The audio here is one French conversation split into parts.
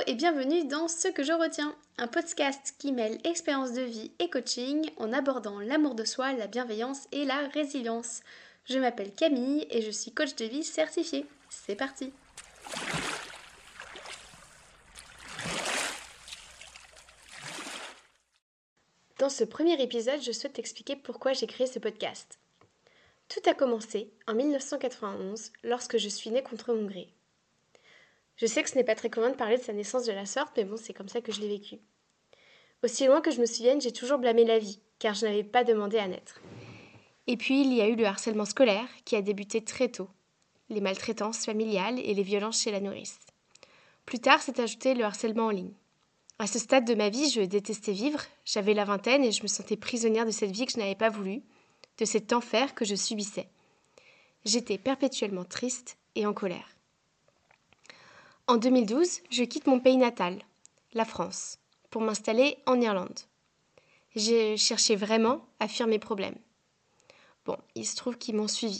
et bienvenue dans Ce que je retiens, un podcast qui mêle expérience de vie et coaching en abordant l'amour de soi, la bienveillance et la résilience. Je m'appelle Camille et je suis coach de vie certifiée. C'est parti! Dans ce premier épisode, je souhaite t'expliquer pourquoi j'ai créé ce podcast. Tout a commencé en 1991 lorsque je suis née contre mon gré. Je sais que ce n'est pas très commun de parler de sa naissance de la sorte, mais bon, c'est comme ça que je l'ai vécu. Aussi loin que je me souvienne, j'ai toujours blâmé la vie, car je n'avais pas demandé à naître. Et puis, il y a eu le harcèlement scolaire, qui a débuté très tôt, les maltraitances familiales et les violences chez la nourrice. Plus tard, s'est ajouté le harcèlement en ligne. À ce stade de ma vie, je détestais vivre, j'avais la vingtaine et je me sentais prisonnière de cette vie que je n'avais pas voulu, de cet enfer que je subissais. J'étais perpétuellement triste et en colère. En 2012, je quitte mon pays natal, la France, pour m'installer en Irlande. J'ai cherché vraiment à fuir mes problèmes. Bon, il se trouve qu'ils m'ont suivi.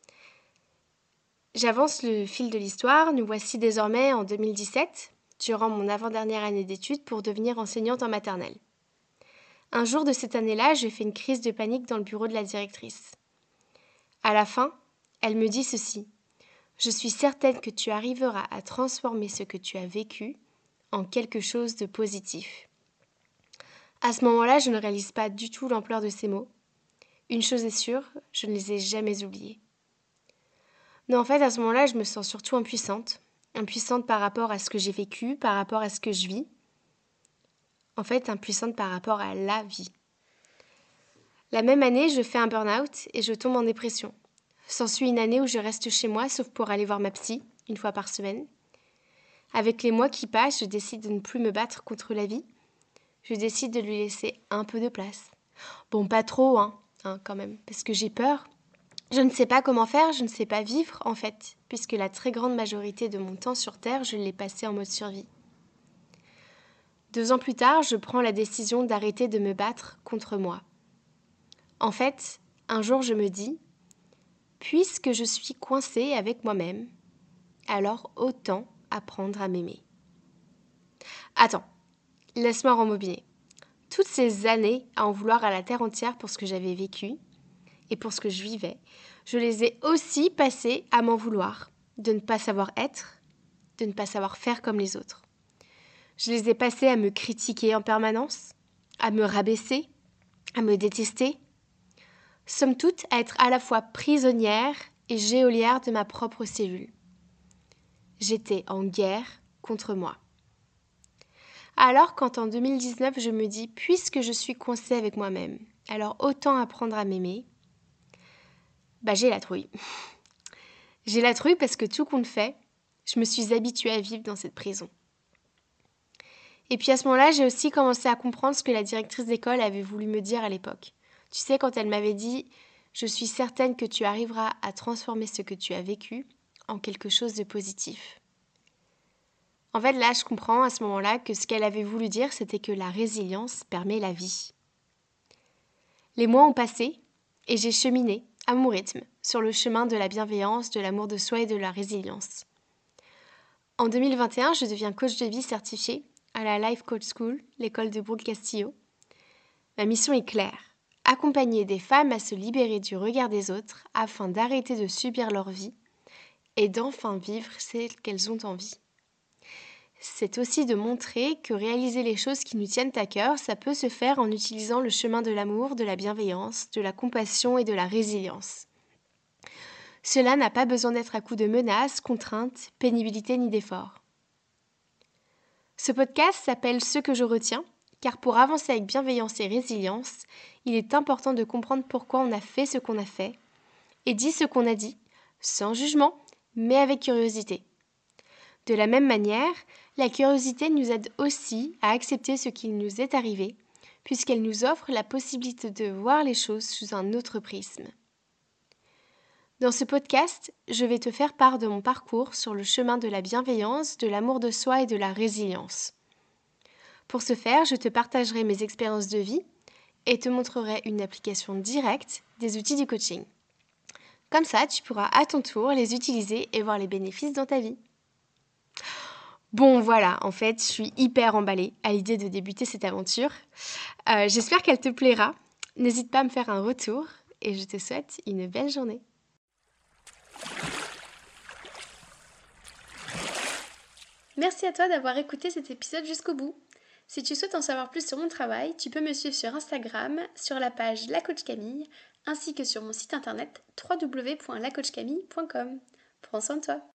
J'avance le fil de l'histoire, nous voici désormais en 2017, durant mon avant-dernière année d'études pour devenir enseignante en maternelle. Un jour de cette année-là, je fais une crise de panique dans le bureau de la directrice. À la fin, elle me dit ceci. Je suis certaine que tu arriveras à transformer ce que tu as vécu en quelque chose de positif. À ce moment-là, je ne réalise pas du tout l'ampleur de ces mots. Une chose est sûre, je ne les ai jamais oubliés. Non, en fait, à ce moment-là, je me sens surtout impuissante. Impuissante par rapport à ce que j'ai vécu, par rapport à ce que je vis. En fait, impuissante par rapport à la vie. La même année, je fais un burn-out et je tombe en dépression. S'ensuit une année où je reste chez moi, sauf pour aller voir ma psy, une fois par semaine. Avec les mois qui passent, je décide de ne plus me battre contre la vie. Je décide de lui laisser un peu de place. Bon, pas trop, quand même, parce que j'ai peur. Je ne sais pas comment faire, je ne sais pas vivre, en fait, puisque la très grande majorité de mon temps sur Terre, je l'ai passé en mode survie. 2 ans plus tard, je prends la décision d'arrêter de me battre contre moi. En fait, un jour, je me dis, puisque je suis coincée avec moi-même, alors autant apprendre à m'aimer. Attends, laisse-moi rembobiner. Toutes ces années à en vouloir à la terre entière pour ce que j'avais vécu et pour ce que je vivais, je les ai aussi passées à m'en vouloir, de ne pas savoir être, de ne pas savoir faire comme les autres. Je les ai passées à me critiquer en permanence, à me rabaisser, à me détester. Somme toute, à être à la fois prisonnière et geôlière de ma propre cellule. J'étais en guerre contre moi. Alors quand en 2019, je me dis, puisque je suis coincée avec moi-même, alors autant apprendre à m'aimer, j'ai la trouille. J'ai la trouille parce que tout compte fait, je me suis habituée à vivre dans cette prison. Et puis à ce moment-là, j'ai aussi commencé à comprendre ce que la directrice d'école avait voulu me dire à l'époque. Tu sais, quand elle m'avait dit « Je suis certaine que tu arriveras à transformer ce que tu as vécu en quelque chose de positif ». En fait, là, je comprends à ce moment-là que ce qu'elle avait voulu dire, c'était que la résilience permet la vie. Les mois ont passé et j'ai cheminé, à mon rythme, sur le chemin de la bienveillance, de l'amour de soi et de la résilience. En 2021, je deviens coach de vie certifiée à la Life Coach School, l'école de Brooke-Castillo. Ma mission est claire, accompagner des femmes à se libérer du regard des autres afin d'arrêter de subir leur vie et d'enfin vivre celle qu'elles ont envie. C'est aussi de montrer que réaliser les choses qui nous tiennent à cœur, ça peut se faire en utilisant le chemin de l'amour, de la bienveillance, de la compassion et de la résilience. Cela n'a pas besoin d'être à coup de menaces, contraintes, pénibilité ni d'efforts. Ce podcast s'appelle « Ce que je retiens » car pour avancer avec bienveillance et résilience, il est important de comprendre pourquoi on a fait ce qu'on a fait et dit ce qu'on a dit, sans jugement, mais avec curiosité. De la même manière, la curiosité nous aide aussi à accepter ce qui nous est arrivé, puisqu'elle nous offre la possibilité de voir les choses sous un autre prisme. Dans ce podcast, je vais te faire part de mon parcours sur le chemin de la bienveillance, de l'amour de soi et de la résilience. Pour ce faire, je te partagerai mes expériences de vie et te montrerai une application directe des outils du coaching. Comme ça, tu pourras à ton tour les utiliser et voir les bénéfices dans ta vie. Bon voilà, en fait, je suis hyper emballée à l'idée de débuter cette aventure. J'espère qu'elle te plaira. N'hésite pas à me faire un retour et je te souhaite une belle journée. Merci à toi d'avoir écouté cet épisode jusqu'au bout. Si tu souhaites en savoir plus sur mon travail, tu peux me suivre sur Instagram, sur la page La Coach Camille, ainsi que sur mon site internet www.lacoachcamille.com. Prends soin de toi.